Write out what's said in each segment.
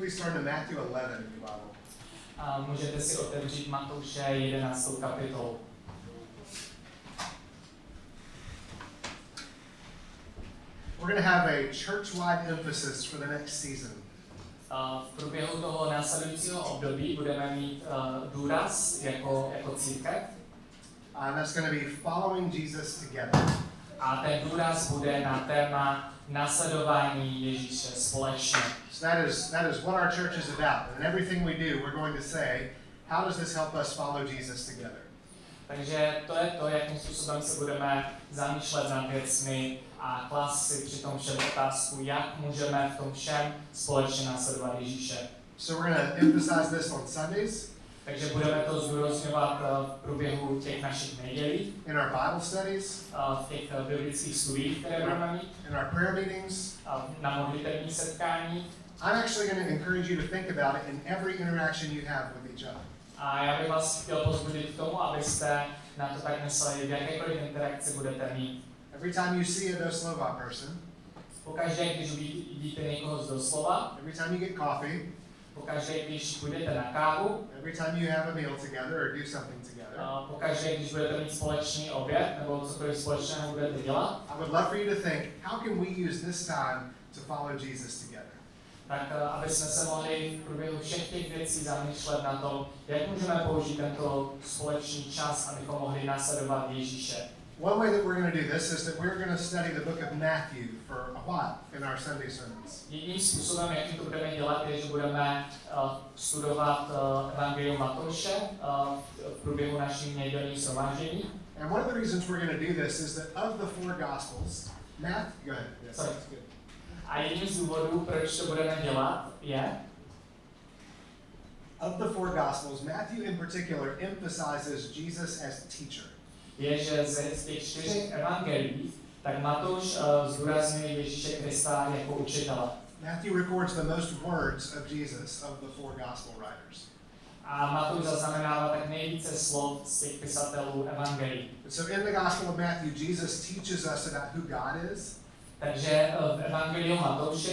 Please turn to Matthew 11 in your Bible. A můžete si otevřít Matouše 11. kapitolu. We're going to have a church-wide emphasis for the next season. V průběhu toho následujícího období budeme mít důraz jako církev. And that's going to be following Jesus together. A ten důraz bude na téma následování Ježíše společně. So that is what our church is about. And in everything we do, we're going to say, how does this help us follow Jesus together? Takže to je to, jakým způsobem se budeme zamýšlet nad věcmi a klást si při tom všem otázku, jak můžeme v tom všem společně následovat Ježíše. So we're going to emphasize this on Sundays. Takže budeme to zdůrazňovat v průběhu těch našich nedělí, in our Bible studies, v těch biblických studiích, které budeme mít, in our prayer meetings. na modlitevní setkání. I'm actually going to encourage you to think about it in every interaction you have with each other. A já bych vás chtěl povzbudit k tomu, abyste na to tak mysleli, v jakékoliv interakci budete mít. Every time you see a doslova person, Pokaždé, když vidíte někoho z doslova, every time you get coffee, pokaždé, když půjdete na kávu, every time you have a meal together or do something together, pokaždé, když budete mít společný oběd nebo cokoliv společného budete dělat, I would love for you to think, how can we use this time to follow Jesus together? tak aby jsme se mohli v průběhu všech těch věcí zamýšlet na tom, jak můžeme použít tento společný čas, abychom mohli následovat Ježíše. One way that we're going to do this is that we're going to study the book of Matthew for a while in our Sunday sermons. Jedním způsobem, jakým to budeme dělat, je, že budeme studovat Evangelium Matouše v průběhu našich nedělních shromáždění. And one of the reasons we're going to do this is that of the four Gospels, go ahead. Yes, Sorry. that's good. A jedním z důvodů, proč to budeme dělat, je, Of the four Gospels, Matthew in particular emphasizes Jesus as teacher. je, že z těch 4 evangelií, tak Matouš zdůrazňuje Ježíše Krista jako učitele. Matthew records the most words of Jesus of the four Gospel writers. A Matouš zaznamenává tak nejvíce slov z těch pisatelů evangelií. So in the Gospel of Matthew, Jesus teaches us about who God is. Takže v Evangeliu Matouše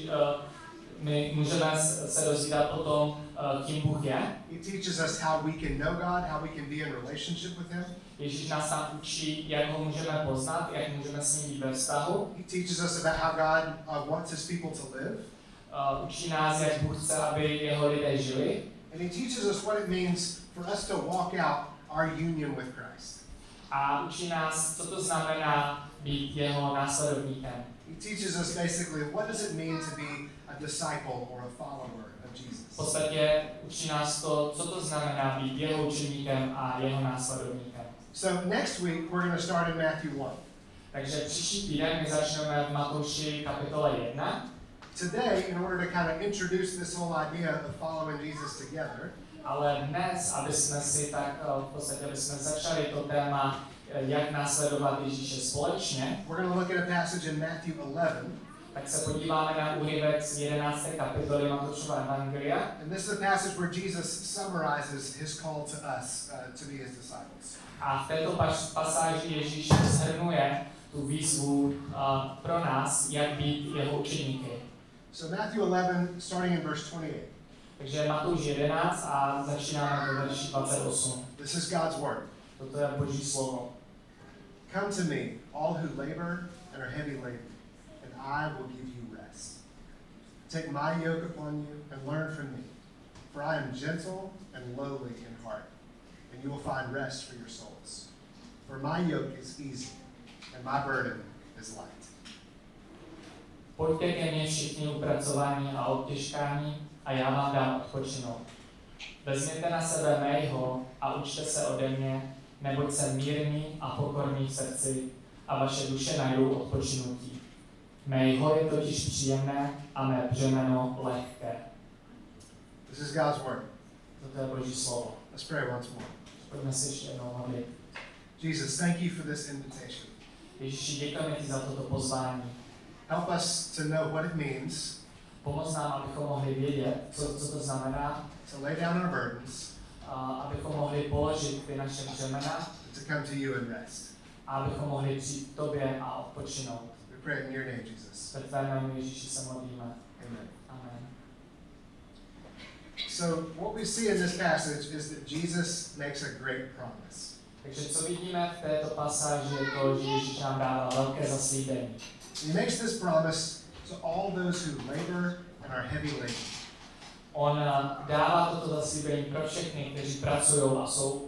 my můžeme se dozvídat o tom, kým Bůh je. He teaches us how we can know God, how we can be in relationship with Him. Ježíš nás tam učí, jak ho můžeme poznat, jak můžeme s ním být ve vztahu. He teaches us about how God wants His people to live. Učí nás, jak Bůh chce, aby jeho lidé žili. And He teaches us what it means for us to walk out our union with Christ. A učí nás, co to znamená být jeho následovníkem. He teaches us basically what does it mean to be a disciple or a follower of Jesus. V podstatě učí nás to, co to znamená být jeho učeníkem a jeho následovníkem. So next week we're going to start in Matthew 1. Takže příští týden my začneme v Matouši kapitole 1. Today, in order to kind of introduce this whole idea of following Jesus together, Ale dnes, aby jsme si tak v podstatě, aby jsme začali to téma, jak následovat Ježíše společně, we're going to look at a passage in Matthew 11. tak se podíváme na úryvek z 11. kapitoly Matoušova evangelia. And this is a passage where Jesus summarizes his call to us to be his disciples. A v této pasáži Ježíš shrnuje tu výzvu pro nás, jak být jeho učeníky. So Matthew 11, starting in verse 28. Takže Matouš 11 a začínáme do verši 28. This is God's word. Toto je Boží slovo. Come to me, all who labor and are heavy laden, and I will give you rest. Take my yoke upon you and learn from me, for I am gentle and lowly in heart, and you will find rest for your souls. For my yoke is easy, and my burden is light. Pojďte ke mně všichni upracovaní a obtěžkání a já vám dám odpočinout. Vezměte na sebe mého a učte se ode mě, neboť jsem mírný a pokorný v srdci a vaše duše najdou odpočinutí. Mého je totiž příjemné a mé břemeno lehké. This is God's word. Toto je Boží slovo. Let's pray once more. Pojďme si ještě jednou modlit. Jesus, thank you for this invitation. Ježíši, děkujeme ti za toto pozvání. Help us to know what it means Pomoz nám, abychom mohli vědět, co to znamená, to lay down our burdens, abychom mohli položit ty naše břemena to come to you and rest. a abychom mohli přijít k tobě a odpočinout. We pray in your name, Jesus. Ve tvém jménu Ježíši se modlíme. Amen. Amen. So what we see in this passage is that Jesus makes a great promise. Takže co vidíme v této pasáži je to, že Ježíš nám dává velké zaslíbení. He makes this promise to all those who labor and are heavy laden. On dává toto zaslíbení pro všechny, kteří pracují a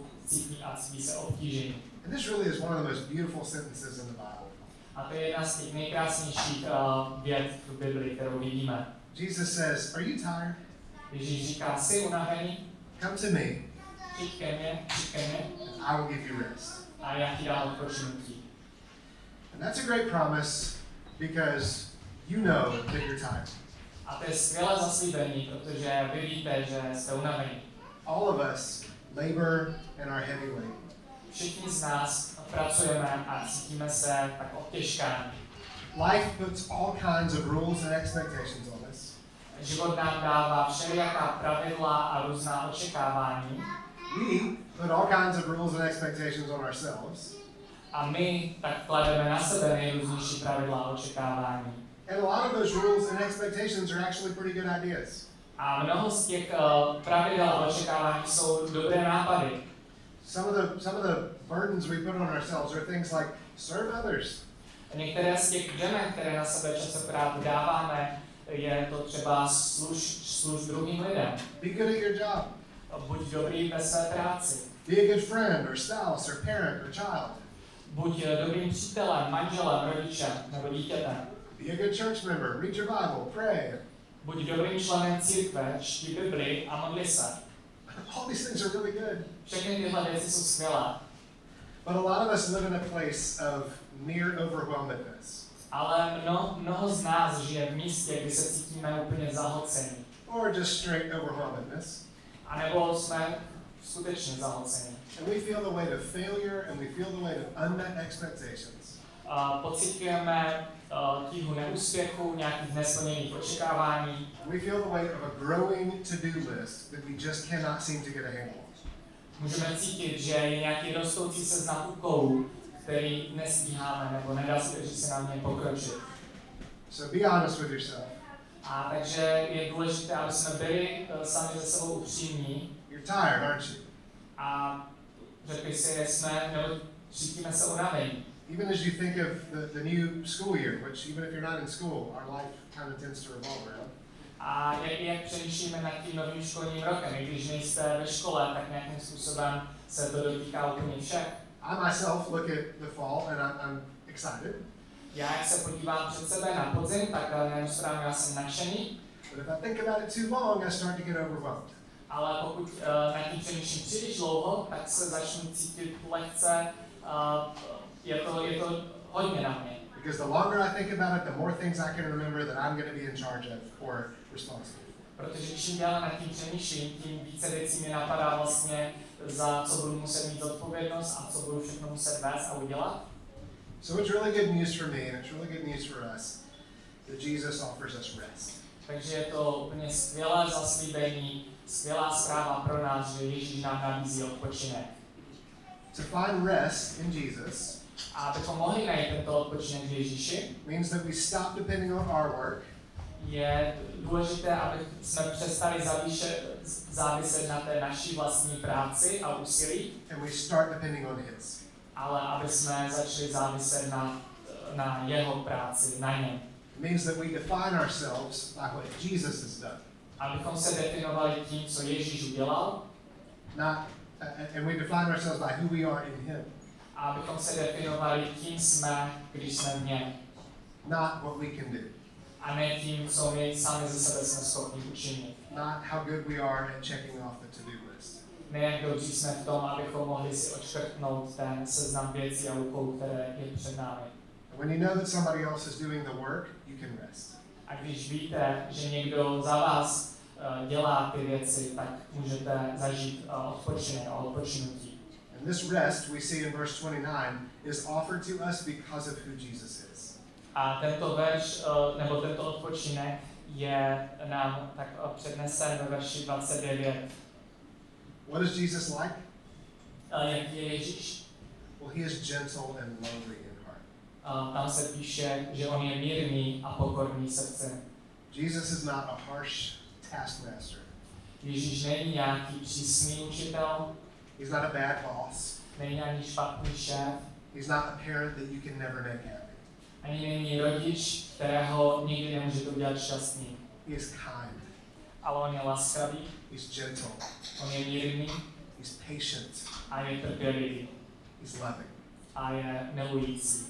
cítí se obtížení. And this really is one of the most beautiful sentences in the Bible. A to je jedna z těch nejkrásnějších vět v Bibli, kterou vidíme. Jesus says, are you tired? Ježíš říká, jsi unavený? Come to me, Přijď ke mně, and I will give you rest. a já ti dám odpočinutí. And that's a great promise because you know that you're tired. A to je skvělé zaslíbení, protože vy víte, že jste unavení. All of us labor and are heavy laden. Všichni z nás pracujeme a cítíme se tak obtěžkáni. Life puts all kinds of rules and expectations on us. Život nám dává všelijaká pravidla a různá očekávání. We put all kinds of rules and expectations on ourselves. A my tak klademe na sebe nejrůznější pravidla a očekávání. And a lot of those rules and expectations are actually pretty good ideas. A mnoho z těch pravidel a očekávání jsou dobré nápady. Some of the burdens we put on ourselves are things like serve others. Některé z těch břemen, které na sebe častokrát dáváme, je to třeba služ druhým lidem. Be good at your job. Buď dobrý ve své práci. Be a good friend or spouse or parent or child. Buď dobrým přítelem, manželem, rodičem nebo dítětem. Be a good church member. Read your Bible. Pray. Buď dobrým členem církve, čti Bibli a modli se. All these things are really good. Všechny tyhle věci jsou skvělé. But a lot of us live in a place of mere overwhelmedness. Ale mnoho z nás žije v místě, kdy se cítíme úplně zahlcení. Or just straight overwhelmedness. A nebo jsme skutečně zahlcení. And we feel the weight of failure and we feel the weight of unmet expectations. Pociťujeme tíhu neúspěchu, nějakých nesplněných očekávání. We feel the weight of a growing to-do list that we just cannot seem to get a handle on. Můžeme cítit, že je nějaký rostoucí seznam úkolů, který nestíháme nebo nedá se si na něj pokročit. So be honest with yourself. A takže je důležité, aby jsme byli sami ze sebou upřímní You're tired, aren't you? a řekli si, že jsme nebo cítíme se unavení. Even as you think of the new school year, which even if you're not in school, our life kind of tends to revolve around. A jak přemýšlíme nad tím novým školním rokem, i když nejste ve škole, tak nějakým způsobem se to dotýká úplně všech. I myself look at the fall and I'm excited. Já, jak se podívám před sebe na podzim, tak nemusím, já jsem nadšený, But if I think about it too long, I start to get overwhelmed. ale pokud nad tím přemýšlím příliš dlouho, tak se začnu cítit lehce, je to hodně na mě. Because the longer I think about it, the more things I can remember that I'm going to be in charge of or responsible for. Protože čím déle nad tím přemýšlím, tím více věcí mi napadá vlastně, za co budu muset mít odpovědnost a co budu všechno muset vést a udělat. So it's really good news for me and it's really good news for us that Jesus offers us rest. Takže je to úplně skvělé zaslíbení, skvělá zpráva pro nás, že Ježíš nám nabízí odpočinek. To find rest in Jesus A abychom mohli najít tento odpočinek v Ježíši, means that we stop depending on our work je důležité, aby jsme přestali záviset na té naší vlastní práci a úsilí, and we start depending on His. ale aby jsme začali záviset na jeho práci, na něm. It means that we define ourselves by what Jesus has done. Abychom se definovali tím, co Ježíš udělal, And we define ourselves by who we are in Him, a abychom se definovali tím jsme, když jsme v něm. not what we can do, A ne tím, co my sami ze sebe jsme schopni učinit. not how good we are at checking off the to-do list. Ne jak dobří jsme v tom, abychom mohli si odškrtnout ten seznam věcí a úkolů, které je před námi. And when you know that somebody else is doing the work, you can rest. A když víte, že někdo za vás dělá ty věci, tak můžete zažít odpočinek a odpočinutí. And this rest we see in verse 29 is offered to us because of who Jesus is. A tento verš, nebo tento odpočinek je nám tak přednesen ve verši 29. What is Jesus like? Jak je Ježíš? Well, He is gentle and lowly in heart. Tam se píše, že on je mírný a pokorný srdcem. Jesus is not a harsh taskmaster. Ježíš není nějaký přísný učitel, He's not a bad boss. není ani špatný šéf, He's not a parent that you can never make happy. ani není rodič, kterého nikdy nemůžete udělat šťastný. He is kind. Ale on je laskavý, He's gentle. on je mírný He's patient. a je trpělivý He's loving. a je milující.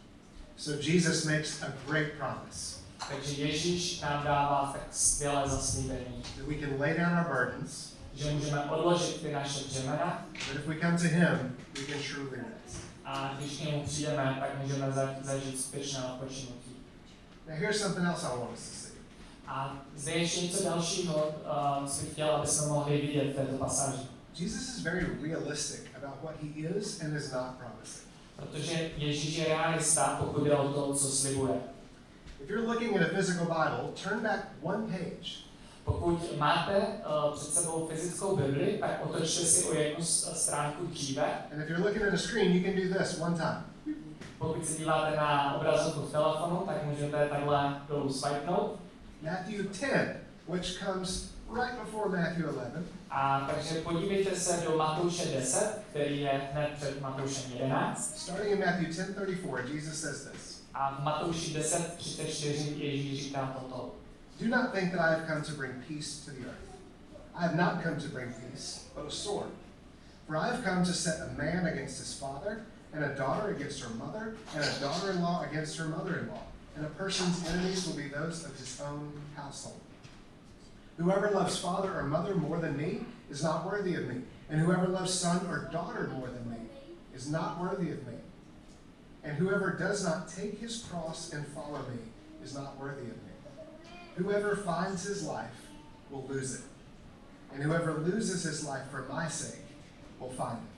So Jesus makes a great promise Takže Ježíš nám dává tak skvělé zaslíbení, that we can lay down our burdens, že můžeme odložit ty naše břemena that if we come to Him, we can truly rest. a když k němu přijdeme, tak můžeme zažít skutečné odpočinutí. Now here's something else I want us to see. A zde ještě něco dalšího, co bych chtěl, abychom mohli vidět v této pasáži. Jesus is very realistic about what He is and is not promising. Protože Ježíš je realista, pokud jde o to, co slibuje. If you're looking at a physical Bible, turn back one page. Pokud máte před sebou fyzickou Bibli, tak otočte si o jednu stránku dříve. And if you're looking at a screen, you can do this one time. Pokud se díváte na obrazovku v telefonu, tak můžete takhle dolů swipenout. Matthew 10, which comes right before Matthew 11. A takže podívejte se do Matouše 10, který je hned před Matoušem 11. Starting in Matthew 10:34, Jesus says this. A v Matouši 10:34 Ježíš říká toto. Do not think that I have come to bring peace to the earth. I have not come to bring peace, but a sword. For I have come to set a man against his father, and a daughter against her mother, and a daughter-in-law against her mother-in-law. And a person's enemies will be those of his own household. Whoever loves father or mother more than me is not worthy of me, and whoever loves son or daughter more than me is not worthy of me. And whoever does not take his cross and follow me is not worthy of me. Whoever finds his life will lose it, and whoever loses his life for my sake will find it.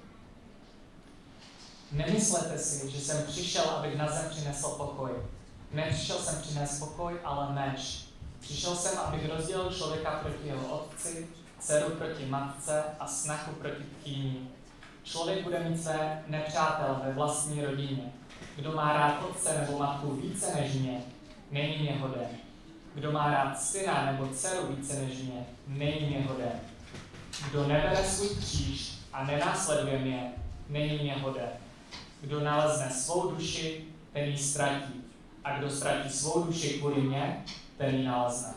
Nemyslete si, že jsem přišel, abych na zem přinesl pokoj. Nepřišel jsem přinést pokoj, ale meč. Přišel jsem, abych rozdělil člověka proti jeho otci, dceru proti matce a snachu proti tchýni. Člověk bude mít své nepřátele ve vlastní rodině. Kdo má rád otce nebo matku více než mě, není mě hoden. Kdo má rád syna nebo dceru více než mě, není mě hoden. Kdo nebere svůj kříž a nenásleduje mě, není mě hoden. Kdo nalezne svou duši, ten ji ztratí. A kdo ztratí svou duši kvůli mě, ten ji nalezne.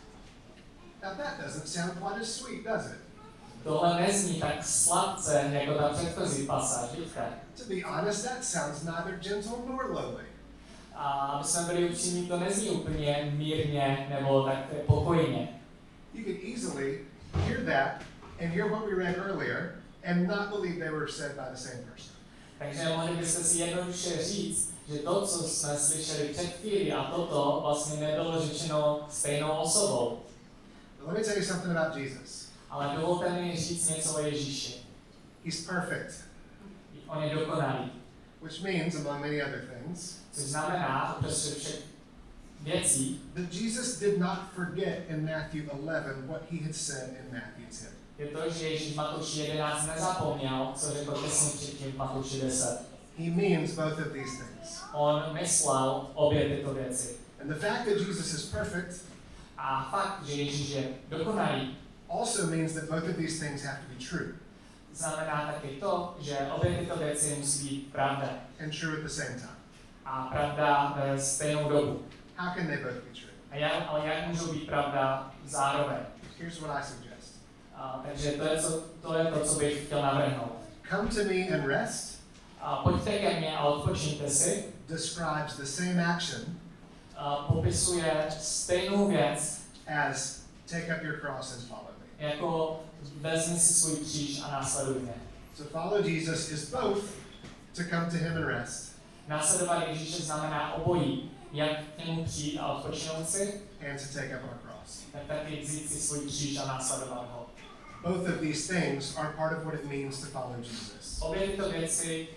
Now that doesn't sound quite as sweet, does it? Tohle nezní tak sladce, jako ta předchozí pasáž, víte? To be honest, that sounds neither gentle nor lowly. A aby jsme byli upřímní, to nezní úplně mírně nebo tak pokojně. You could easily hear that and hear what we read earlier and not believe they were said by the same person. Takže mohli byste si jednoduše říct, že to, co jsme slyšeli před chvíli a toto vlastně nebylo řečeno stejnou osobou. But let me tell you something about Jesus. Ale dovolte mi říct něco o Ježíši. He's perfect, On je dokonalý, which means, among many other things, což znamená, uprostřed všech věcí, that Jesus did not forget in Matthew 11 what he had said in Matthew 10. je to, že Ježíš v Matouši 11 nezapomněl, co řekl těsně předtím v Matouši 10. He means both of these things. On myslel obě tyto věci. And the fact that Jesus is perfect A fakt, že Ježíš je dokonalý, also means that both of these things have to be true, znamená taky to, že obě tyto věci musí být pravda. and true at the same time. A pravda ve stejnou dobu. How can they both be true? Ale jak můžou být pravda zároveň? Here's what I suggest. Takže to je to, co bych chtěl navrhnout. Come to me and rest Pojďte ke mně a odpočíňte si. describes the same action Popisuje stejnou věc, as take up your cross and follow me. jako vezmi si svůj kříž a následuj mě. So follow Jesus is both to come to him and rest Následovat Ježíše znamená obojí, jak k němu přijít a odpočinout si, and to take up our cross. tak taky vzít si svůj kříž a následovat ho. Both of these things are part of what it means to follow Jesus. Obě tyto věci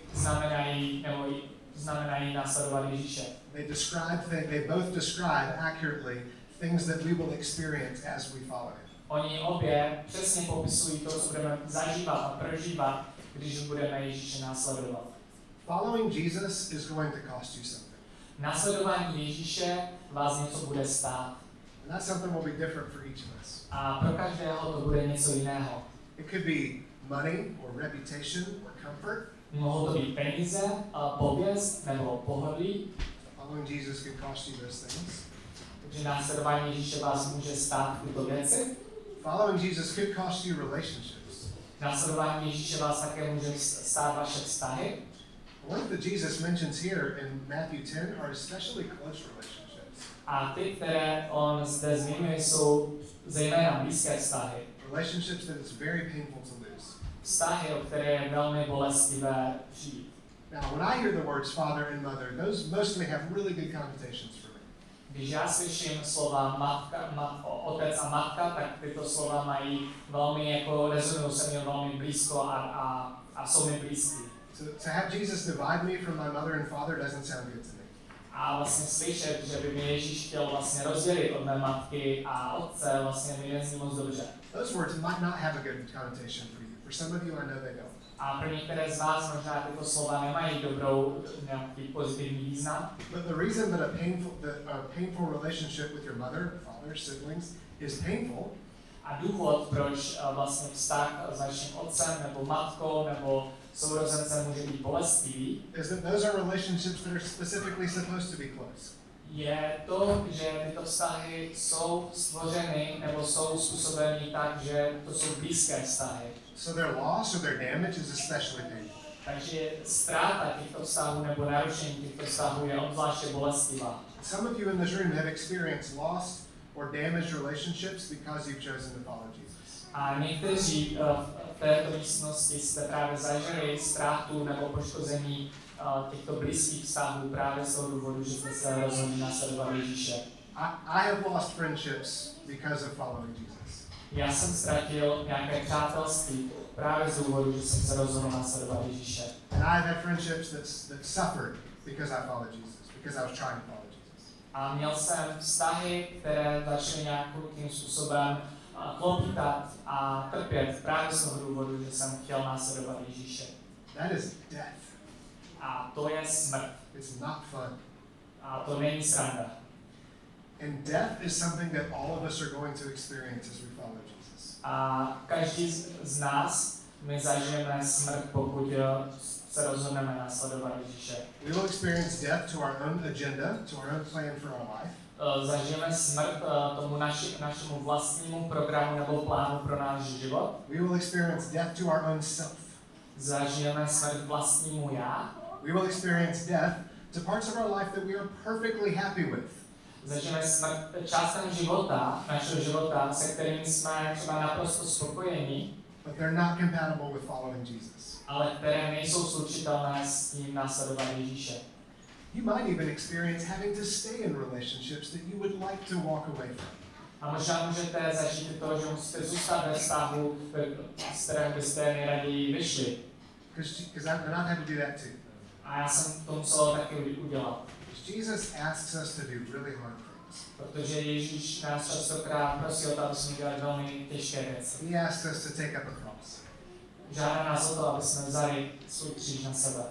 znamenají následovat Ježíše. They both describe accurately things that we will experience as we follow him. Oni obě přesně popisují to, co budeme zažívat a prožívat, když budeme Ježíše následovat. Following Jesus is going to cost you something. Následování Ježíše vás něco bude stát. And that's something will be different for each of us. A pro každého to bude něco jiného. It could be money or reputation or comfort. Mohou to být peníze, pověst nebo pohodlí. Following Jesus could cost you those things. Takže následování Ježíše vás může stát tyto věci. Following Jesus could cost you relationships. Následování Ježíše vás také může stát vaše vztahy. The ones that Jesus mentions here in Matthew 10 are especially close relationships. A ty, které on zde zmiňuje, jsou zejména blízké vztahy. Relationships that it's very painful to lose. Vztahy, o které je velmi bolestivé přijít. Now, when I hear the words father and mother, those mostly have really good connotations for me. Když já slyším slova otec a matka, tak tyto slova mají velmi jako rezonují se mi velmi blízko a jsou mi blízký. To have Jesus divide me from my mother and father doesn't sound good to me. A vlastně slyšet, že by mi Ježíš chtěl vlastně rozdělit od mé matky a otce, vlastně mi nezní moc dobře. Those words might not have a good connotation for you. For some of you, I know they don't. A pro některé z vás možná tyto slova nemají nějaký pozitivní význam. But the reason that a painful relationship with your mother, father, siblings is painful A důvod, proč vlastně vztah s vaším otcem nebo matkou nebo sourozencem může být bolestivý, is that those are relationships that are specifically supposed to be close. je to, že tyto vztahy jsou stvořeny nebo jsou způsobeny tak, že to jsou blízké vztahy. So their loss or their damage is especially painful. Takže ztráta těchto vztahů nebo narušení těchto vztahů je obzvláště bolestivá. Some of you in this room have experienced lost or damaged relationships because you've chosen to follow Jesus. A někteří v této místnosti jste právě zažili ztrátu nebo poškození těchto blízkých vztahů právě z toho důvodu, že jste se rozhodli následovat Ježíše. I have lost friendships because of following Jesus. Já jsem ztratil nějaké přátelství právě z důvodu, že jsem se rozhodl následovat Ježíše. And I've had friendships that suffered because I followed Jesus, because I was trying to follow Jesus. A měl jsem vztahy, které začaly nějakým způsobem klopitat a trpět právě z toho důvodu, že jsem chtěl následovat Ježíše. That is death. A to je smrt. It's not fun. A to není sranda. And death is something that all of us are going to experience as we follow Jesus. A každý z nás, my zažijeme smrt, pokud se rozhodneme následovat Ježíše. We will experience death to our own agenda, to our own plan for our life. Zažijeme smrt tomu našemu vlastnímu programu nebo plánu pro náš život. We will experience death to our own self. Zažijeme smrt vlastnímu já. We will experience death to parts of our life that we are perfectly happy with. Zažijeme smrt částem života, našeho života, se kterými jsme třeba naprosto spokojení, but they're not compatible with following Jesus. ale které nejsou slučitelné s tím následovat Ježíše. You might even experience having to stay in relationships that you would like to walk away from. A možná můžete zažít to, že musíte zůstat ve vztahu, z kterého byste nejraději vyšli. Because I've had to do that too. A já jsem to musel taky udělat. Jesus asks us to do really hard things. Protože Ježíš nás častokrát prosí o to, aby jsme dělali velmi těžké věci. He asks us to take up a cross. Žádá nás o to, aby jsme vzali svůj kříž na sebe.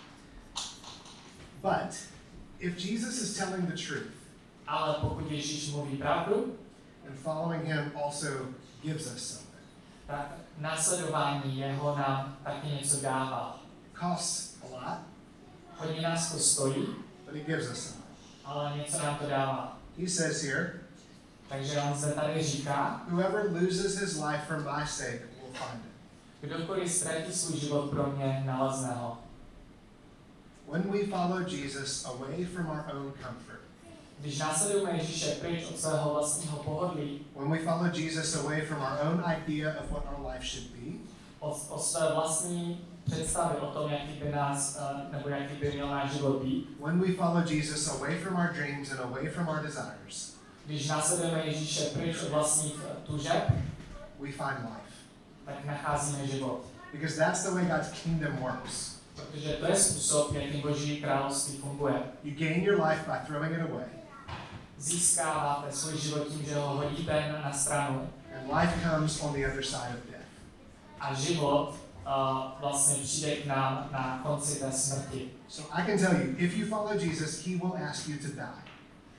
But if Jesus is telling the truth, Ale pokud Ježíš mluví pravdu, and following him also gives us something. tak následování jeho nám taky něco dává. It costs a lot, Hodně nás to stojí, but it gives us something. ale něco nám to dává. He says here, Takže on se tady říká, whoever loses his life for my sake will find it. kdokoliv ztratí svůj život pro mě, nalezne ho. When we follow Jesus away from our own comfort, Když následujeme Ježíše pryč od svého vlastního pohodlí, when we follow Jesus away from our own idea of what our life should be, od své vlastní představy o tom, jaký by nás, nebo jaký by měl náš život být, when we follow Jesus away from our dreams and away from our desires, když následujeme Ježíše pryč od vlastních tužeb, we find life. tak nacházíme život. Because that's the way God's kingdom works. Protože to je způsob, jakým Boží království funguje. You gain your life by throwing it away, Získáváte svůj život tím, že ho hodíte na stranu and life comes on the other side of death. a život vlastně přijde k nám na konci té smrti. So I can tell you, if you follow Jesus, he will ask you to die.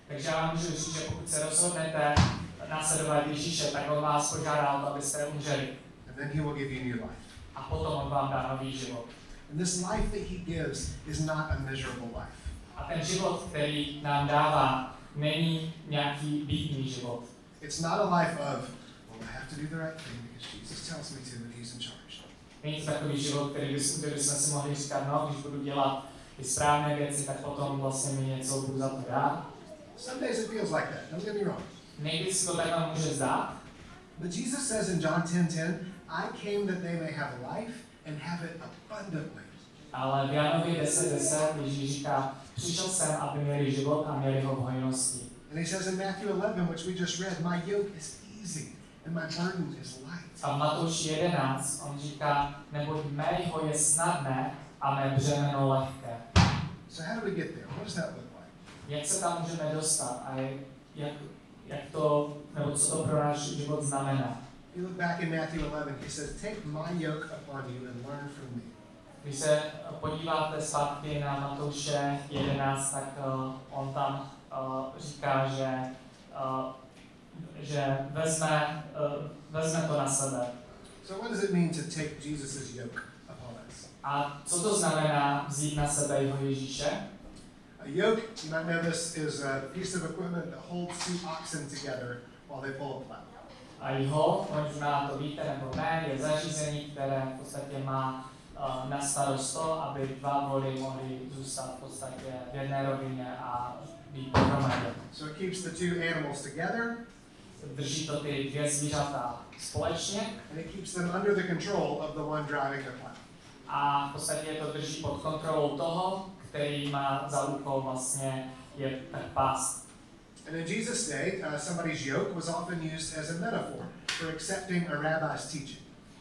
Takže já vám můžu říct, že pokud se rozhodnete následovat Ježíše, tak on vás požádá o to, abyste umřeli. And then he will give you new life. A potom on vám dá nový život. And this life that he gives is not a miserable life. A ten život, který nám dává, není nějaký bídný život. It's not a life of, well, I have to do the right thing because Jesus tells me to and he's in charge. Není to takový život, který bychom si mohli říkat, no, když budu dělat ty správné věci, tak potom vlastně mi něco budu za to dát. Some days it feels like that, don't get me wrong. Někdy si to takhle může zdát, But Jesus says in John 10:10, I came that they may have life and have it abundantly. ale v Janově 10:10 Ježíš říká, přišel jsem, aby měli život a měli ho v hojnosti. And he says in Matthew 11, which we just read, my yoke is easy and my burden is light. A v Matouši 11 on říká, neboť mé jeho je snadné a mé břemeno lehké. So how do we get there? What does that look like? Jak se tam můžeme dostat a jak to, nebo co to pro náš život znamená? If you look back in Matthew 11, he says, take my yoke upon you and learn from me. Když se podíváte zpátky na Matouše 11, tak on tam říká, že vezme to na sebe. So what does it mean to take Jesus' yoke upon us? A co to znamená vzít na sebe jeho Ježíše? A yoke, you might know this, is a piece of equipment that holds two oxen together while they pull a plow. A jeho, možná to víte nebo ne, je zařízení, které v podstatě má na starost to, aby dva vody mohly zůstat v podstatě v jedné rovině a být pohromadě. So it keeps the two animals together, Drží to ty dvě zvířata společně and it keeps them under the control of the one driving the plow. a v podstatě to drží pod kontrolou toho, který má za úkol vlastně je tak pást. And in Jesus' day, somebody's yoke was often used as a metaphor for accepting a rabbi's teaching.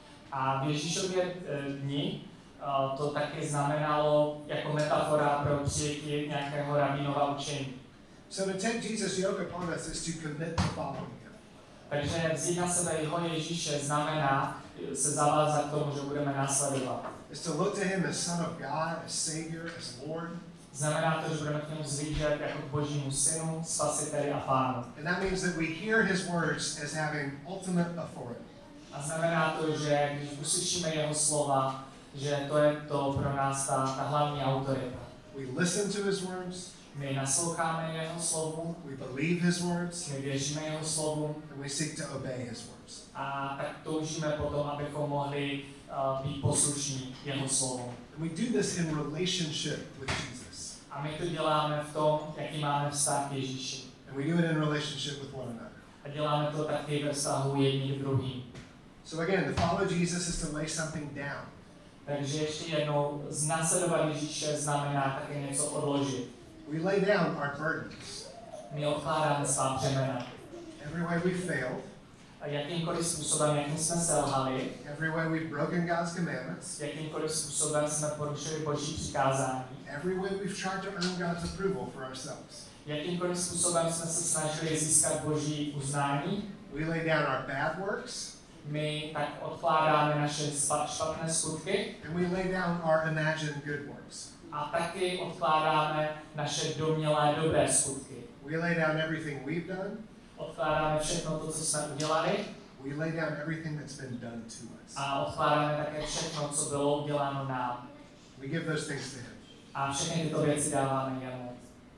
A v Ježíšově dni to taky znamenalo jako metafora pro přijetí nějakého rabínova učení. So to take Jesus' yoke upon us is to commit to following him. Takže vzít na sebe jeho Ježíše znamená se zavázat k tomu, že budeme následovat. Is to look to him as Son of God, as Savior, as Lord. Znamená to, že budeme k němu zhlížet jako k Božímu synu, spasiteli a pánu. And that means that we hear his words as having ultimate authority. A znamená to, že když uslyšíme jeho slova, že to je to pro nás ta hlavní autorita. We listen to his words, My nasloucháme jeho slovu, we believe his words, my věříme jeho slovu and we seek to obey his words. a tak toužíme potom, abychom mohli být poslušní jeho slovu. And we do this in relationship with Jesus. A my to děláme v tom, jaký máme vztah k Ježíši. And we do it in relationship with one another. A děláme to taky ve vztahu jedním k druhým. So again, to follow Jesus is to lay something down. Takže ještě jednou, následovat Ježíše znamená také něco odložit. We lay down our burdens. My odkládáme svá břemena. Every way we failed, A jakýmkoliv způsobem, jakým jsme selhali, every way we've broken God's commandments, jakýmkoliv způsobem jsme porušili Boží přikázání, every way we've tried to earn God's approval for ourselves. jakýmkoliv způsobem jsme se snažili získat Boží uznání, We lay down our bad works, my tak odkládáme naše špatné skutky and we lay down our imagined good works. a taky odkládáme naše domnělé dobré skutky. We lay down everything we've done. Odkládáme všechno to, co jsme udělali We lay down everything that's been done to us. a odkládáme také všechno, co bylo uděláno nám. We give those things to him. A všechny tyto věci dáváme jemu.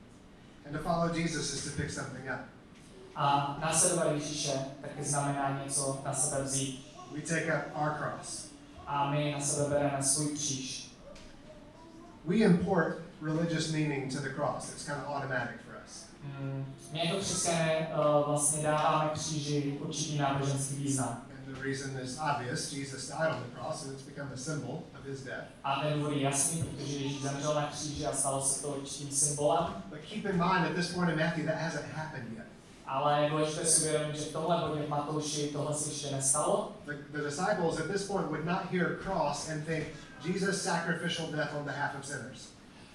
And to follow Jesus is to pick something up. A následovat Ježíše taky znamená něco na sebe vzít. We take up our cross. A my na sebe bereme svůj kříž. We import religious meaning to the cross. It's kind of automatic for us. My jako křesťané vlastně dáváme kříži určitý náboženský význam. And the reason is obvious. Jesus died on the cross, and it's become a symbol of his death. A ten důvod je jasný, protože Ježíš zemřel na kříži a stalo se to určitým symbolem. But keep in mind, at this point in Matthew, that hasn't happened yet. Ale je důležité si uvědomit, že v tomhle bodě v Matouši tohle se ještě nestalo. The disciples at this point would not hear cross and think Jesus' sacrificial death on behalf of sinners.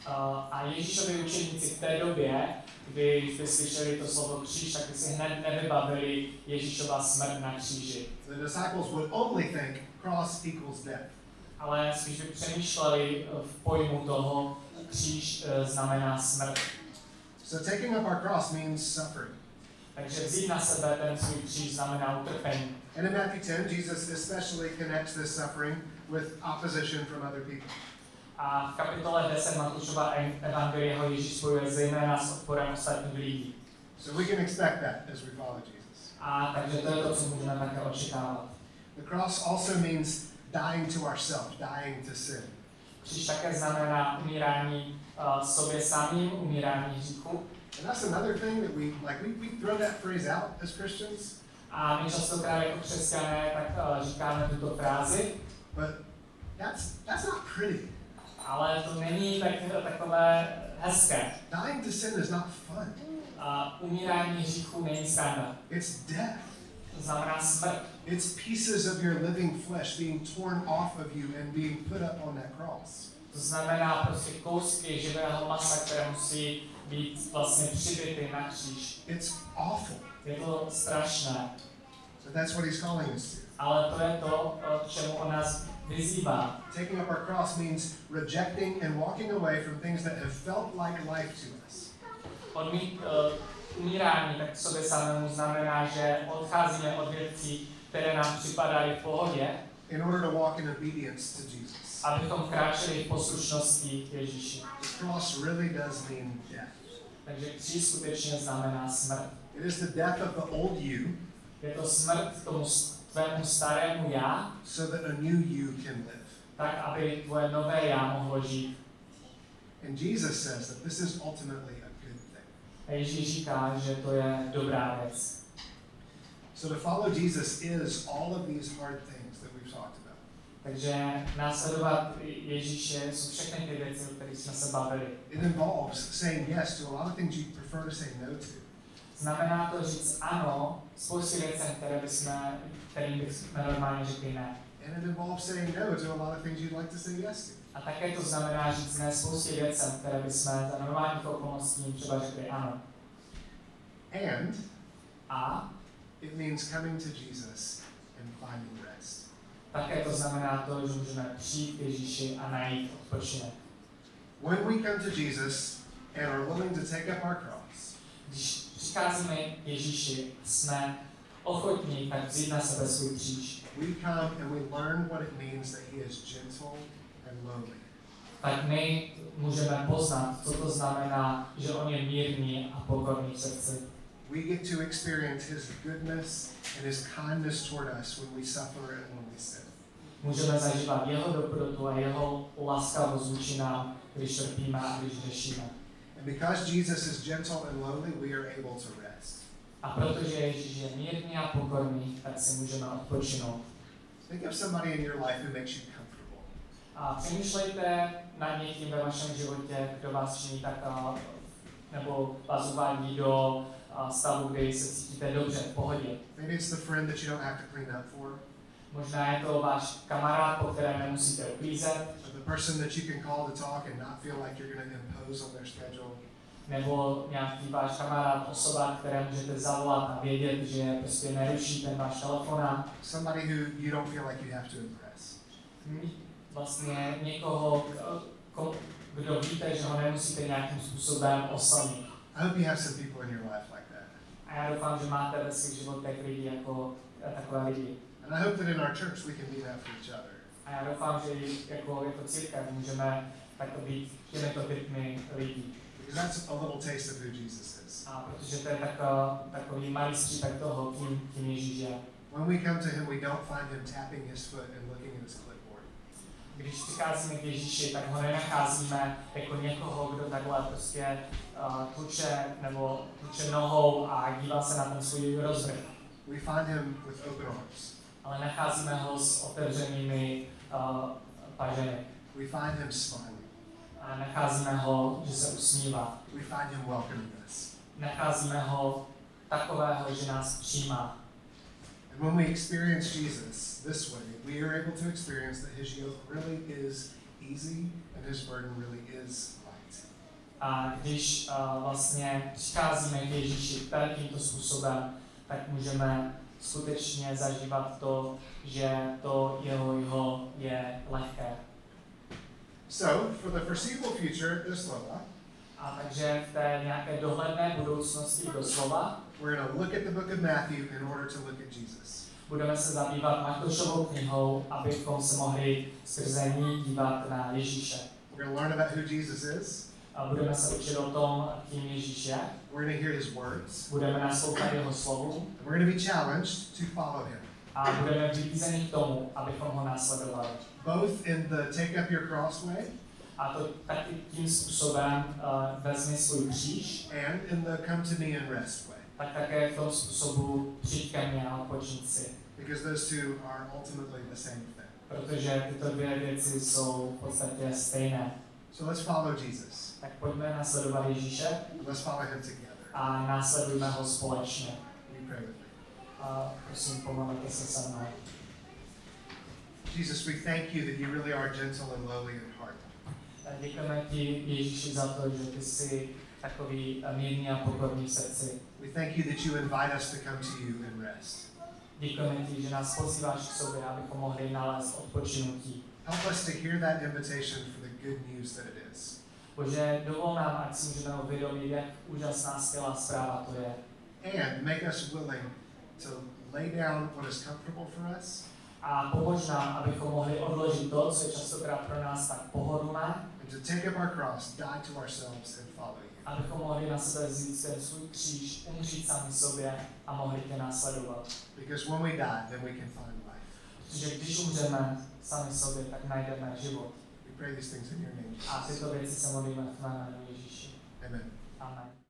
A Ježíšovi učeníci v té době, kdy slyšeli to slovo kříž, tak si hned nevybavili Ježíšova smrt na kříži. The disciples would only think cross equals death. Ale spíš by přemýšleli v pojmu toho, kříž znamená smrt. So taking up our cross means suffering. Takže vzít na sebe ten svůj kříž znamená utrpení. And in Matthew 10, Jesus especially connects this suffering with opposition from other people. A v kapitole 10 Matoušova evangelia ho Ježíš spojuje zejména s odporem ostatních lidí. So we can expect that as we follow Jesus. A takže to je to, co můžeme také očekávat. The cross also means dying to ourselves, dying to sin. Kříž také znamená umírání sobě samým, umírání hříchu. And that's another thing that we throw that phrase out as Christians, A my častokrát jako křesťané tak říkáme tuto frázi, but that's not pretty. ale to není takové hezké. Dying to sin is not fun. Umírání hříchu není sranda. It's death. To znamená smrt. It's pieces of your living flesh being torn off of you and being put up on that cross. To znamená prostě kousky živého masa, které musí být vlastně přibity na kříž. It's awful. Je to strašné. So that's what he's calling us to. Ale to je to, k čemu on nás vyzývá. Taking up our cross means rejecting and walking away from things that have felt like life to us. Umírání tak sobě samému znamená, že odcházíme od věcí, které nám připadaly v pohodě, In order to walk in obedience to Jesus. abychom kráčeli v poslušnosti k Ježíši. The cross really does mean death. Takže kříž skutečně znamená smrt. It is the death of the old you Je to smrt tomu tvému starému já, so that a new you can live. tak aby tvoje nové já mohlo žít. And Jesus says that this is ultimately a good thing. A Ježíš říká, že to je dobrá věc. So to follow Jesus is all of these hard things that we've talked about. Takže následovat Ježíše jsou všechny ty věci, o kterých jsme se bavili. It involves saying yes to a lot of things you prefer to say no to. Znamená to říct ano spoustě věcem, kterým bychom normálně řekli ne. And it involves saying no to a lot of things you'd like to say yes to. A také to znamená říct ne spoustě věcem, které bychom za normálních okolností třeba řekli ano. And A it means coming to Jesus and finding rest. také to znamená to, že můžeme přijít k Ježíši a najít odpočinek. When we come to Jesus and are willing to take up our cross, Když přicházíme k Ježíši, jsme ochotní tak vzít na sebe svůj kříž. we come and we learn what it means that he is gentle and lowly. Tak my můžeme poznat, co to znamená, že on je mírný a pokorný v srdci. We get to experience his goodness and his kindness toward us when we suffer and when we sin. Můžeme zažívat jeho dobrotu a jeho laskavost vůči nám, když trpíme a když řešíme. And because Jesus is gentle and lowly, we are able to rest. A protože Ježíš je mírný a pokorný, tak si můžeme odpočinout. Think of somebody in your life who makes you comfortable. A přemýšlejte nad někým ve vašem životě, kdo vás činí tak, nebo vás uvádí do stavu, kdy se cítíte dobře, v pohodě. Maybe it's the friend that you don't have to clean up for, Možná je to váš kamarád, po kterém nemusíte uklízet, or the person that you can call to talk and not feel like you're going to impose on their schedule. nebo nějaký váš kamarád, osoba, které můžete zavolat a vědět, že prostě neruší ten váš telefonát. Somebody who you don't feel like you have to impress. Vlastně někoho, kdo víte, že ho nemusíte nějakým způsobem oslavit. I hope you have some people in your life like that. A já doufám, že máte ve svých životech lidi jako takové lidi. And I hope that in our church we can be that for each other. A já doufám, že jako církev můžeme takto být těmito typmi lidí. Because that's a little taste of who Jesus is. A protože to je takový malý střípek toho, kým Ježíš je. When we come to him, we don't find him tapping his foot and looking at his clipboard. Když přicházíme k Ježíši, tak ho nenacházíme jako někoho, kdo takhle prostě tluče nohou a dívá se na ten svůj rozvrh. We find him with open arms. Ale nacházíme ho s otevřenými paženy. We find him smiling. A nacházíme ho, že se usmívá. We find him welcoming us. Nacházíme ho takového, že nás přijímá. And when we experience Jesus this way, we are able to experience that his yoke really is easy and his burden really is light. A když vlastně přicházíme k Ježíši tady tímto způsobem, tak můžeme skutečně zažívat to, že to jeho je lehké. So, for the foreseeable future, this Lola, A takže v té nějaké dohledné budoucnosti doslova we're going to look at the book of Matthew in order to look at Jesus. budeme se zabývat Matoušovou knihou, abychom se mohli skrze ní dívat na Ježíše. We're going to learn about who Jesus is. A budeme se učit o tom, kým Ježíš je. We're going to hear his words. Budeme naslouchat jeho slovu And we're going to be challenged to follow him. a budeme vybízeni k tomu, abychom ho následovali. Both in the take up your cross way A to taky tím způsobem vezmi svůj kříž, and in the come to me and rest way. tak také v tom způsobu přijď ke mně a odpočít si. Because those two are ultimately the same thing. Protože tyto dvě věci jsou v podstatě stejné. So let's follow Jesus. Tak pojďme následovat Ježíše Let's follow him together. a následujme ho společně. We pray with me. A prosím, pomodlete se se mnou. Jesus, we thank you that you really are gentle and lowly in heart. Děkujeme ti, Ježíši, za to, že ty jsi takový mírný a pokorný v srdci. We thank you that you invite us to come to you and rest. Děkujeme ti, že nás pozýváš k sobě, abychom mohli nalézt odpočinutí. Help us to hear that invitation for the good news that it is. Bože, dovol nám, ať si můžeme uvědomit, jak úžasná, skvělá zpráva to je. And make us willing to lay down what is comfortable for us A pomož nám, abychom mohli odložit to, co je častokrát pro nás tak pohodlné, and to take up our cross, die to ourselves and follow you. abychom mohli na sebe vzít ten svůj kříž, umřít sami sobě a mohli tě následovat. Because when we die, then we can find life. Protože když umřeme sami sobě, tak najdeme život. We pray these things in your name, A Jesus. tyto věci se modlíme v jménu Ježíši. Amen. Amen.